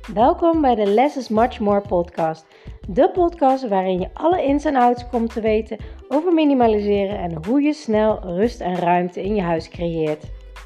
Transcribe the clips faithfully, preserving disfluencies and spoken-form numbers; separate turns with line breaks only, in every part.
Welkom bij de Less is Much More podcast. De podcast waarin je alle ins en outs komt te weten over minimaliseren en hoe je snel rust en ruimte in je huis creëert.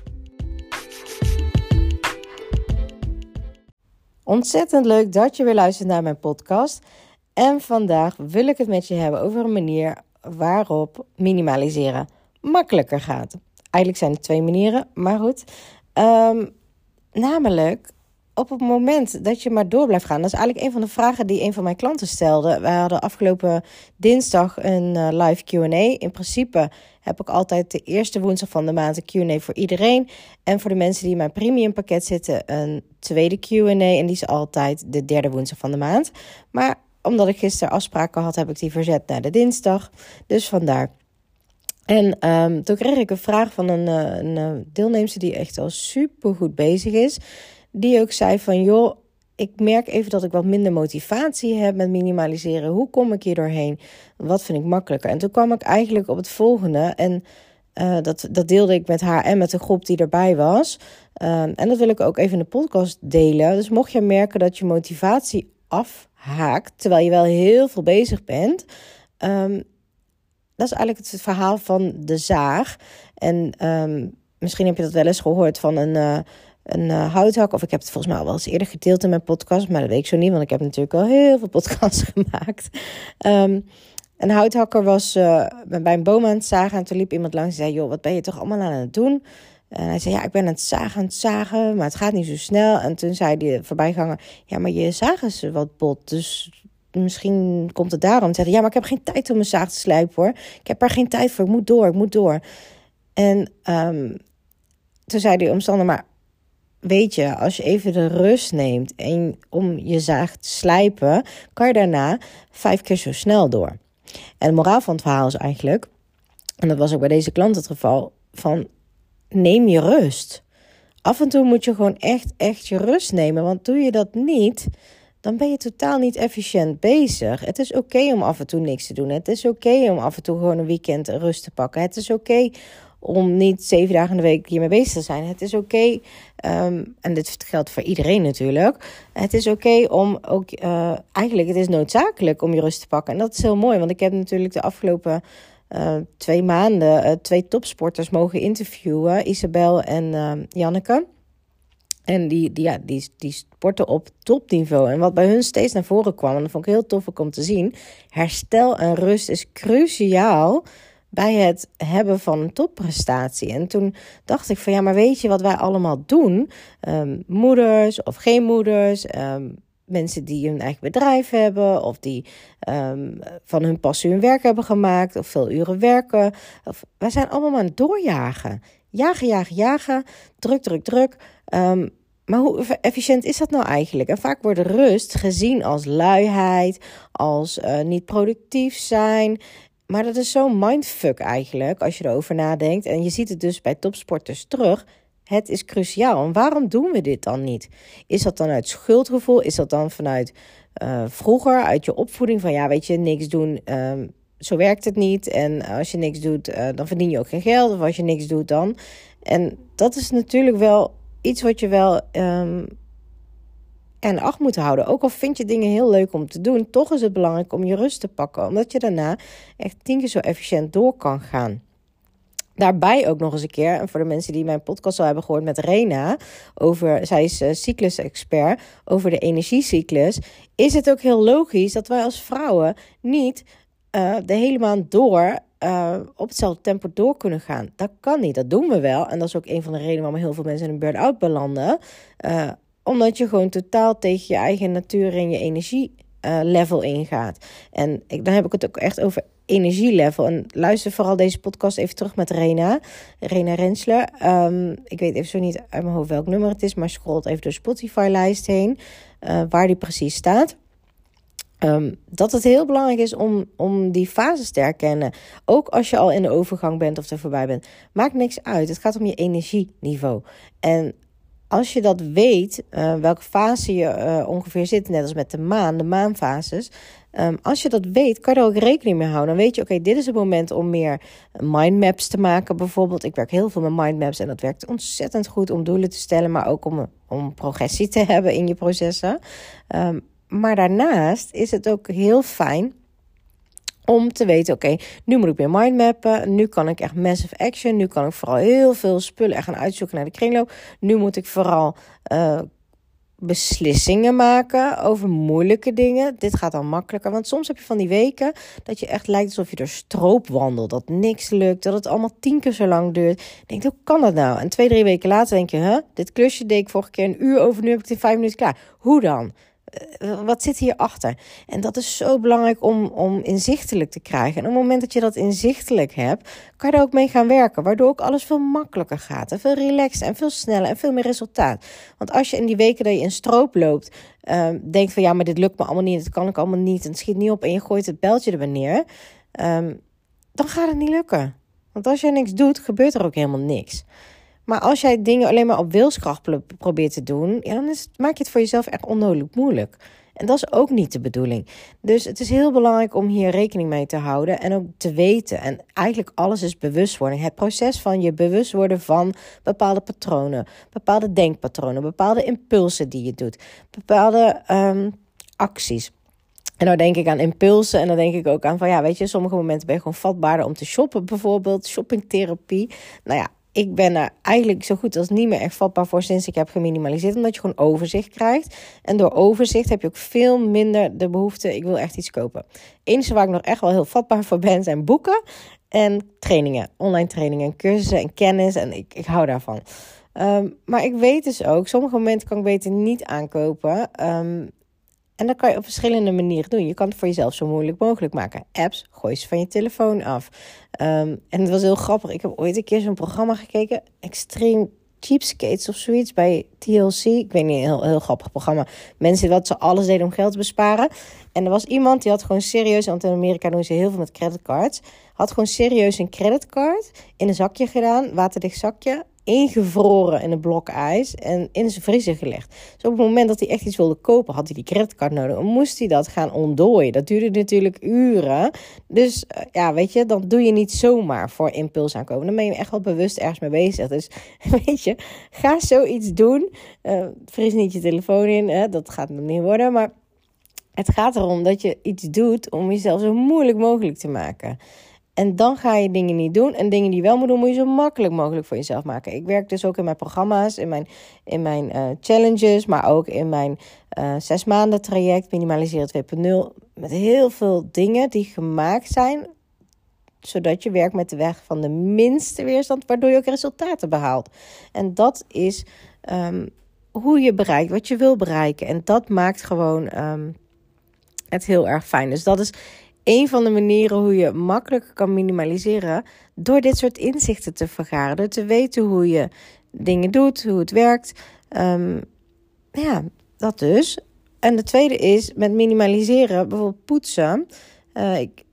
Ontzettend leuk dat je weer luistert naar mijn podcast. En vandaag wil ik het met je hebben over een manier waarop minimaliseren makkelijker gaat. Eigenlijk zijn er twee manieren, maar goed. Um, namelijk... Op het moment dat je maar door blijft gaan. Dat is eigenlijk een van de vragen die een van mijn klanten stelde. We hadden afgelopen dinsdag een uh, live Q en A. In principe heb ik altijd de eerste woensdag van de maand een Q en A voor iedereen. En voor de mensen die in mijn premium pakket zitten een tweede Q en A. En die is altijd de derde woensdag van de maand. Maar omdat ik gisteren afspraken had, heb ik die verzet naar de dinsdag. Dus vandaar. En um, toen kreeg ik een vraag van een, uh, een deelnemster die echt al super goed bezig is. Die ook zei van, joh, ik merk even dat ik wat minder motivatie heb met minimaliseren. Hoe kom ik hier doorheen? Wat vind ik makkelijker? En toen kwam ik eigenlijk op het volgende. En uh, dat, dat deelde ik met haar en met de groep die erbij was. Uh, en dat wil ik ook even in de podcast delen. Dus mocht je merken dat je motivatie afhaakt, terwijl je wel heel veel bezig bent. Um, dat is eigenlijk het verhaal van de zaag. En um, misschien heb je dat wel eens gehoord van een... Uh, Een uh, houthak, of ik heb het volgens mij al wel eens eerder gedeeld in mijn podcast, maar dat weet ik zo niet, want ik heb natuurlijk al heel veel podcasts gemaakt. Um, een houthakker was uh, bij een boom aan het zagen en toen liep iemand langs en zei, joh, wat ben je toch allemaal aan het doen? En hij zei, ja, ik ben aan het zagen, aan het zagen, maar het gaat niet zo snel. En toen zei die voorbijganger, ja, maar je zaag is wat bot, dus misschien komt het daarom. Hij zei, ja, maar ik heb geen tijd om mijn zaag te slijpen, hoor. Ik heb er geen tijd voor, ik moet door, ik moet door. En um, toen zei die omstander, maar weet je, als je even de rust neemt en om je zaag te slijpen, kan je daarna vijf keer zo snel door. En de moraal van het verhaal is eigenlijk, en dat was ook bij deze klant het geval, van neem je rust. Af en toe moet je gewoon echt, echt je rust nemen, want doe je dat niet, dan ben je totaal niet efficiënt bezig. Het is oké okay om af en toe niks te doen. Het is oké okay om af en toe gewoon een weekend rust te pakken. Het is oké okay om niet zeven dagen in de week hiermee bezig te zijn. Het is oké, okay, um, en dit geldt voor iedereen natuurlijk. Het is oké okay om ook, uh, eigenlijk het is noodzakelijk om je rust te pakken. En dat is heel mooi, want ik heb natuurlijk de afgelopen uh, twee maanden uh, twee topsporters mogen interviewen. Isabel en uh, Janneke. En die, die, ja, die, die sporten op topniveau. En wat bij hun steeds naar voren kwam, en dat vond ik heel tof om te zien. Herstel en rust is cruciaal bij het hebben van een topprestatie. En toen dacht ik van ja, maar weet je wat wij allemaal doen? Um, moeders of geen moeders, um, mensen die hun eigen bedrijf hebben, of die um, van hun passie hun werk hebben gemaakt, of veel uren werken. Of, wij zijn allemaal maar aan het doorjagen. Jagen, jagen, jagen, druk, druk, druk. Um, maar hoe efficiënt is dat nou eigenlijk? En vaak wordt rust gezien als luiheid, als uh, niet productief zijn. Maar dat is zo'n mindfuck eigenlijk, als je erover nadenkt. En je ziet het dus bij topsporters terug. Het is cruciaal. En waarom doen we dit dan niet? Is dat dan uit schuldgevoel? Is dat dan vanuit uh, vroeger, uit je opvoeding? Van ja, weet je, niks doen, um, zo werkt het niet. En als je niks doet, uh, dan verdien je ook geen geld. Of als je niks doet, dan. En dat is natuurlijk wel iets wat je wel um, en acht moet houden. Ook al vind je dingen heel leuk om te doen, toch is het belangrijk om je rust te pakken. Omdat je daarna echt tien keer zo efficiënt door kan gaan. Daarbij ook nog eens een keer, en voor de mensen die mijn podcast al hebben gehoord met Rena, over, zij is uh, cyclus-expert, over de energiecyclus, is het ook heel logisch dat wij als vrouwen niet uh, de hele maand door uh, op hetzelfde tempo door kunnen gaan. Dat kan niet, dat doen we wel. En dat is ook een van de redenen waarom heel veel mensen in een burn-out belanden. Uh, omdat je gewoon totaal tegen je eigen natuur en je energielevel uh, ingaat. En ik, dan heb ik het ook echt over energielevel. En luister vooral deze podcast even terug met Rena. Rena Rensler. Um, ik weet even zo niet uit mijn hoofd welk nummer het is, maar scrolt even door de Spotify-lijst heen. Uh, waar die precies staat. Um, dat het heel belangrijk is om, om die fases te herkennen. Ook als je al in de overgang bent of er voorbij bent. Maakt niks uit. Het gaat om je energieniveau. En als je dat weet, uh, welke fase je uh, ongeveer zit, net als met de maan, de maanfases, Um, als je dat weet, kan je er ook rekening mee houden. Dan weet je, oké, okay, dit is het moment om meer mindmaps te maken bijvoorbeeld. Ik werk heel veel met mindmaps en dat werkt ontzettend goed om doelen te stellen, maar ook om, om progressie te hebben in je processen. Um, maar daarnaast is het ook heel fijn om te weten, oké, okay, nu moet ik weer mindmappen. Nu kan ik echt massive action. Nu kan ik vooral heel veel spullen echt gaan uitzoeken naar de kringloop. Nu moet ik vooral uh, beslissingen maken over moeilijke dingen. Dit gaat dan makkelijker. Want soms heb je van die weken dat je echt lijkt alsof je door stroop wandelt. Dat niks lukt. Dat het allemaal tien keer zo lang duurt. Je denkt, hoe kan dat nou? En twee, drie weken later denk je, huh, dit klusje deed ik vorige keer een uur over. Nu heb ik het in vijf minuten klaar. Hoe dan? Wat zit hierachter? En dat is zo belangrijk om, om inzichtelijk te krijgen. En op het moment dat je dat inzichtelijk hebt, kan je er ook mee gaan werken. Waardoor ook alles veel makkelijker gaat. En veel relaxter en veel sneller en veel meer resultaat. Want als je in die weken dat je in stroop loopt, uh, denkt van ja, maar dit lukt me allemaal niet. Dat kan ik allemaal niet. En het schiet niet op. En je gooit het bijltje er neer. Um, dan gaat het niet lukken. Want als je niks doet, gebeurt er ook helemaal niks. Maar als jij dingen alleen maar op wilskracht probeert te doen, ja, dan is het, maak je het voor jezelf echt onnodig moeilijk. En dat is ook niet de bedoeling. Dus het is heel belangrijk om hier rekening mee te houden en ook te weten. En eigenlijk alles is bewustwording. Het proces van je bewust worden van bepaalde patronen, bepaalde denkpatronen, bepaalde impulsen die je doet, bepaalde um, acties. En nou denk ik aan impulsen en dan denk ik ook aan van ja, weet je, sommige momenten ben je gewoon vatbaarder om te shoppen bijvoorbeeld, shoppingtherapie. Nou ja, ik ben er eigenlijk zo goed als niet meer echt vatbaar voor sinds ik heb geminimaliseerd. Omdat je gewoon overzicht krijgt. En door overzicht heb je ook veel minder de behoefte, ik wil echt iets kopen. Het enige waar ik nog echt wel heel vatbaar voor ben, zijn boeken en trainingen. Online trainingen en cursussen en kennis. En ik, ik hou daarvan. Um, maar ik weet dus ook, sommige momenten kan ik beter niet aankopen. Um, En dat kan je op verschillende manieren doen. Je kan het voor jezelf zo moeilijk mogelijk maken. Apps, gooi ze van je telefoon af. Um, en het was heel grappig. Ik heb ooit een keer zo'n programma gekeken. Extreme Cheapskates of zoiets bij T L C. Ik weet niet, een heel, heel grappig programma. Mensen wat ze alles deden om geld te besparen. En er was iemand die had gewoon serieus, want in Amerika doen ze heel veel met creditcards. Had gewoon serieus een creditcard in een zakje gedaan, waterdicht zakje. Ingevroren in een blok ijs en in zijn vriezer gelegd. Dus op het moment dat hij echt iets wilde kopen, had hij die creditcard nodig. En moest hij dat gaan ontdooien. Dat duurde natuurlijk uren. Dus uh, ja, weet je, dan doe je niet zomaar voor impuls aankopen. Dan ben je echt wel bewust ergens mee bezig. Dus weet je, ga zoiets doen. Uh, vries niet je telefoon in, hè? Dat gaat nog niet worden. Maar het gaat erom dat je iets doet om jezelf zo moeilijk mogelijk te maken. En dan ga je dingen niet doen. En dingen die je wel moet doen, moet je zo makkelijk mogelijk voor jezelf maken. Ik werk dus ook in mijn programma's, in mijn, in mijn uh, challenges, maar ook in mijn uh, zes maanden traject, Minimaliseren twee punt nul. Met heel veel dingen die gemaakt zijn, zodat je werkt met de weg van de minste weerstand, waardoor je ook resultaten behaalt. En dat is um, hoe je bereikt wat je wil bereiken. En dat maakt gewoon um, het heel erg fijn. Dus dat is een van de manieren hoe je makkelijker kan minimaliseren door dit soort inzichten te vergaren. Door te weten hoe je dingen doet, hoe het werkt. Um, ja, dat dus. En de tweede is met minimaliseren, bijvoorbeeld poetsen. Uh, ik,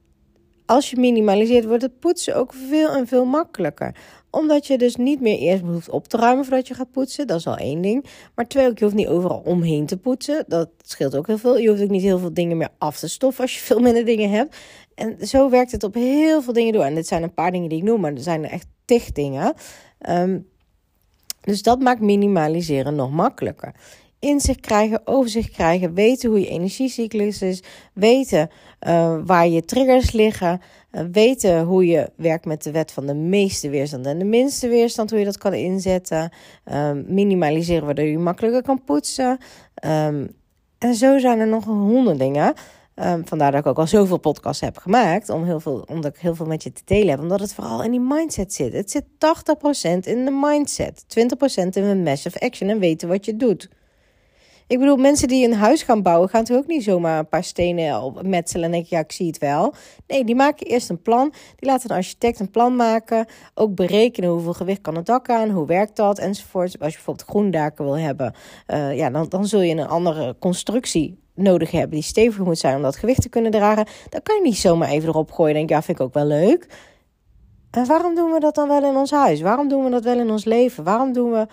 als je minimaliseert, wordt het poetsen ook veel en veel makkelijker. Omdat je dus niet meer eerst hoeft op te ruimen voordat je gaat poetsen. Dat is al één ding. Maar twee, je hoeft niet overal omheen te poetsen. Dat scheelt ook heel veel. Je hoeft ook niet heel veel dingen meer af te stoffen als je veel minder dingen hebt. En zo werkt het op heel veel dingen door. En dit zijn een paar dingen die ik noem, maar er zijn er echt tig dingen. Um, dus dat maakt minimaliseren nog makkelijker. Inzicht krijgen, overzicht krijgen, weten hoe je energiecyclus is, weten uh, waar je triggers liggen, uh, weten hoe je werkt met de wet van de meeste weerstand en de minste weerstand, hoe je dat kan inzetten, um, minimaliseren waardoor je makkelijker kan poetsen. Um, en zo zijn er nog honderd dingen. Um, vandaar dat ik ook al zoveel podcasts heb gemaakt, om heel veel, omdat ik heel veel met je te delen heb, omdat het vooral in die mindset zit. Het zit tachtig procent in de mindset, twintig procent in de massive action en weten wat je doet. Ik bedoel, mensen die een huis gaan bouwen, gaan toch ook niet zomaar een paar stenen op metselen en denken, ja, ik zie het wel. Nee, die maken eerst een plan. Die laten een architect een plan maken. Ook berekenen hoeveel gewicht kan het dak aan, hoe werkt dat, enzovoort. Als je bijvoorbeeld groendaken wil hebben, uh, ja, dan, dan zul je een andere constructie nodig hebben die stevig moet zijn om dat gewicht te kunnen dragen. Dan kan je niet zomaar even erop gooien en denken, ja, vind ik ook wel leuk. En waarom doen we dat dan wel in ons huis? Waarom doen we dat wel in ons leven? Waarom doen we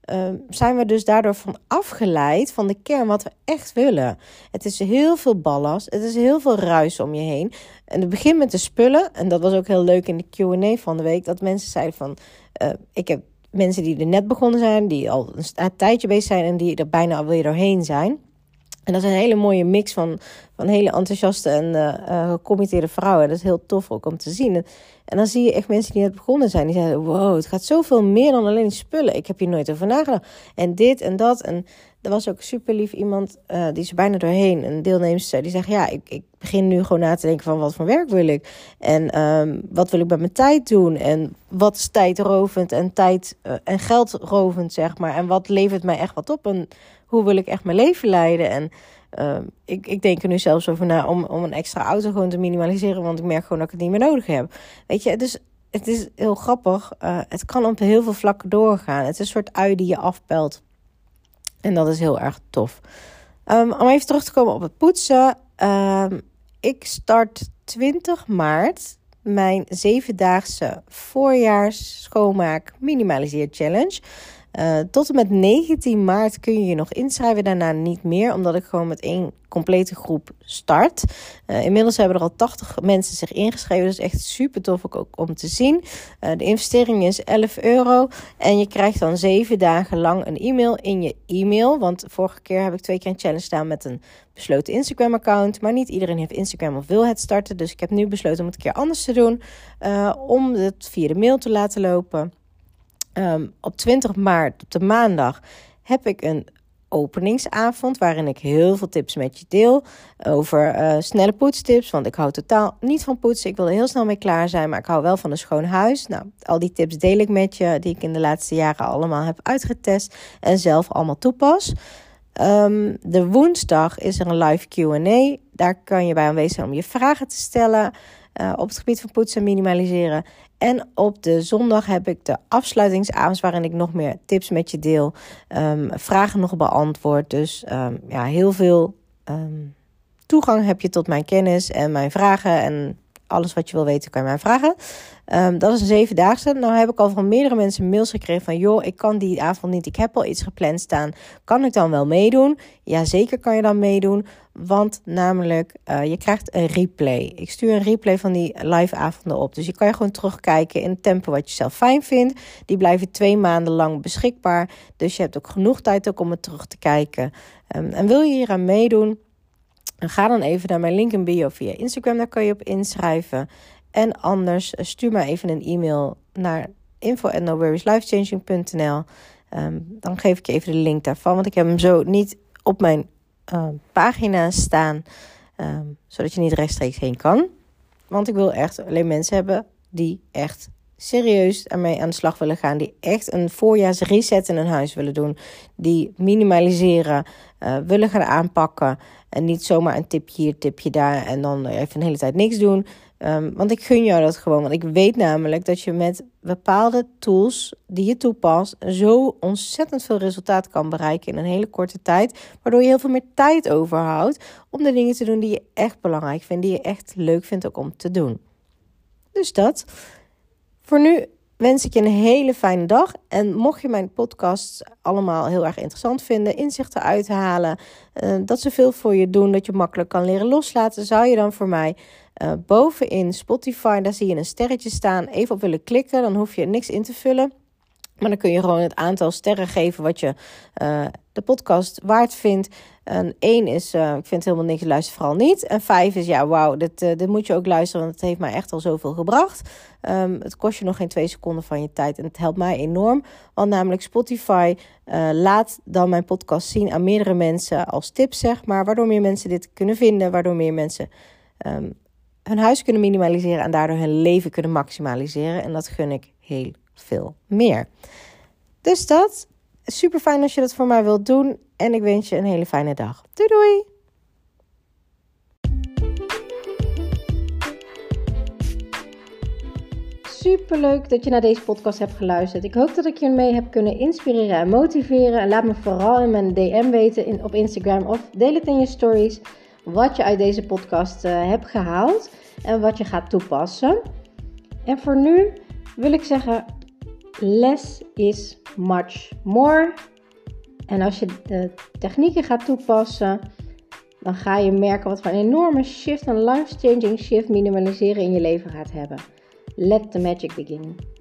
uh, zijn we dus daardoor van afgeleid van de kern wat we echt willen. Het is heel veel ballast, het is heel veel ruis om je heen. En het begint met de spullen. En dat was ook heel leuk in de Q en A van de week. Dat mensen zeiden van, uh, ik heb mensen die er net begonnen zijn, die al een, een tijdje bezig zijn en die er bijna alweer doorheen zijn. En dat is een hele mooie mix van, van hele enthousiaste en uh, uh, gecommitteerde vrouwen. Dat is heel tof ook om te zien. En, en dan zie je echt mensen die net begonnen zijn. Die zeggen, wow, het gaat zoveel meer dan alleen die spullen. Ik heb hier nooit over nagedacht. En dit en dat. En er was ook super lief iemand, uh, die is er bijna doorheen. Een deelnemster die zegt, ja, ik, ik begin nu gewoon na te denken van wat voor werk wil ik. En um, wat wil ik met mijn tijd doen. En wat is tijdrovend en, tijd, uh, en geldrovend, zeg maar. En wat levert mij echt wat op. En hoe wil ik echt mijn leven leiden. En uh, ik, ik denk er nu zelfs over na om, om een extra auto gewoon te minimaliseren. Want ik merk gewoon dat ik het niet meer nodig heb. Weet je, dus het is heel grappig. Uh, het kan op heel veel vlakken doorgaan. Het is een soort ui die je afpelt. En dat is heel erg tof. Um, om even terug te komen op het poetsen. Um, ik start twintig maart mijn zevendaagse voorjaars schoonmaak minimaliseer challenge. Uh, tot en met negentien maart kun je je nog inschrijven. Daarna niet meer, omdat ik gewoon met één complete groep start. Uh, inmiddels hebben er al tachtig mensen zich ingeschreven. Dus echt super tof ook, ook om te zien. Uh, de investering is elf euro. En je krijgt dan zeven dagen lang een e-mail in je e-mail. Want vorige keer heb ik twee keer een challenge staan met een besloten Instagram account. Maar niet iedereen heeft Instagram of wil het starten. Dus ik heb nu besloten om het een keer anders te doen. Uh, om het via de mail te laten lopen. Um, op twintig maart, op de maandag, heb ik een openingsavond waarin ik heel veel tips met je deel over uh, snelle poetstips. Want ik hou totaal niet van poetsen. Ik wil er heel snel mee klaar zijn, maar ik hou wel van een schoon huis. Nou, al die tips deel ik met je, die ik in de laatste jaren allemaal heb uitgetest en zelf allemaal toepas. Um, de woensdag is er een live Q en A. Daar kan je bij aanwezig zijn om je vragen te stellen uh, op het gebied van poetsen en minimaliseren. En op de zondag heb ik de afsluitingsavond waarin ik nog meer tips met je deel. Um, vragen nog beantwoord. Dus um, ja, heel veel um, toegang heb je tot mijn kennis en mijn vragen. En alles wat je wil weten kan je mij vragen. Um, dat is een zevendaagse. Nou heb ik al van meerdere mensen mails gekregen van, joh, ik kan die avond niet. Ik heb al iets gepland staan. Kan ik dan wel meedoen? Ja, zeker kan je dan meedoen. Want namelijk, uh, je krijgt een replay. Ik stuur een replay van die live avonden op. Dus je kan je gewoon terugkijken in het tempo wat je zelf fijn vindt. Die blijven twee maanden lang beschikbaar. Dus je hebt ook genoeg tijd ook om het terug te kijken. Um, en wil je hier aan meedoen? Ga dan even naar mijn link in bio via Instagram. Daar kan je op inschrijven. En anders stuur maar even een e-mail naar info at no worries life changing punt n l. Um, dan geef ik je even de link daarvan. Want ik heb hem zo niet op mijn uh, pagina staan. Um, zodat je niet rechtstreeks heen kan. Want ik wil echt alleen mensen hebben die echt serieus ermee aan de slag willen gaan. Die echt een voorjaarsreset in hun huis willen doen. Die minimaliseren, uh, willen gaan aanpakken. En niet zomaar een tipje hier, tipje daar. En dan even een hele tijd niks doen. Um, want ik gun jou dat gewoon. Want ik weet namelijk dat je met bepaalde tools die je toepast zo ontzettend veel resultaat kan bereiken in een hele korte tijd. Waardoor je heel veel meer tijd overhoudt om de dingen te doen die je echt belangrijk vindt. Die je echt leuk vindt ook om te doen. Dus dat. Voor nu wens ik je een hele fijne dag. En mocht je mijn podcasts allemaal heel erg interessant vinden, inzichten uithalen, uh, dat ze veel voor je doen, dat je makkelijk kan leren loslaten, zou je dan voor mij uh, bovenin Spotify, daar zie je een sterretje staan, even op willen klikken. Dan hoef je niks in te vullen. Maar dan kun je gewoon het aantal sterren geven wat je uh, de podcast waard vindt. En één is, uh, ik vind helemaal niks, luister vooral niet. En vijf is, ja, wauw, dit, uh, dit moet je ook luisteren, want het heeft mij echt al zoveel gebracht. Um, het kost je nog geen twee seconden van je tijd en het helpt mij enorm. Want namelijk Spotify uh, laat dan mijn podcast zien aan meerdere mensen als tip, zeg maar. Waardoor meer mensen dit kunnen vinden, waardoor meer mensen um, hun huis kunnen minimaliseren en daardoor hun leven kunnen maximaliseren. En dat gun ik heel veel meer. Dus dat, super fijn als je dat voor mij wilt doen. En ik wens je een hele fijne dag. Doei doei! Superleuk dat je naar deze podcast hebt geluisterd. Ik hoop dat ik je mee heb kunnen inspireren en motiveren. En laat me vooral in mijn D M weten in, op Instagram of deel het in je stories wat je uit deze podcast uh, hebt gehaald en wat je gaat toepassen. En voor nu wil ik zeggen, less is much more. En als je de technieken gaat toepassen, dan ga je merken wat voor een enorme shift, een life-changing shift minimaliseren in je leven gaat hebben. Let the magic begin.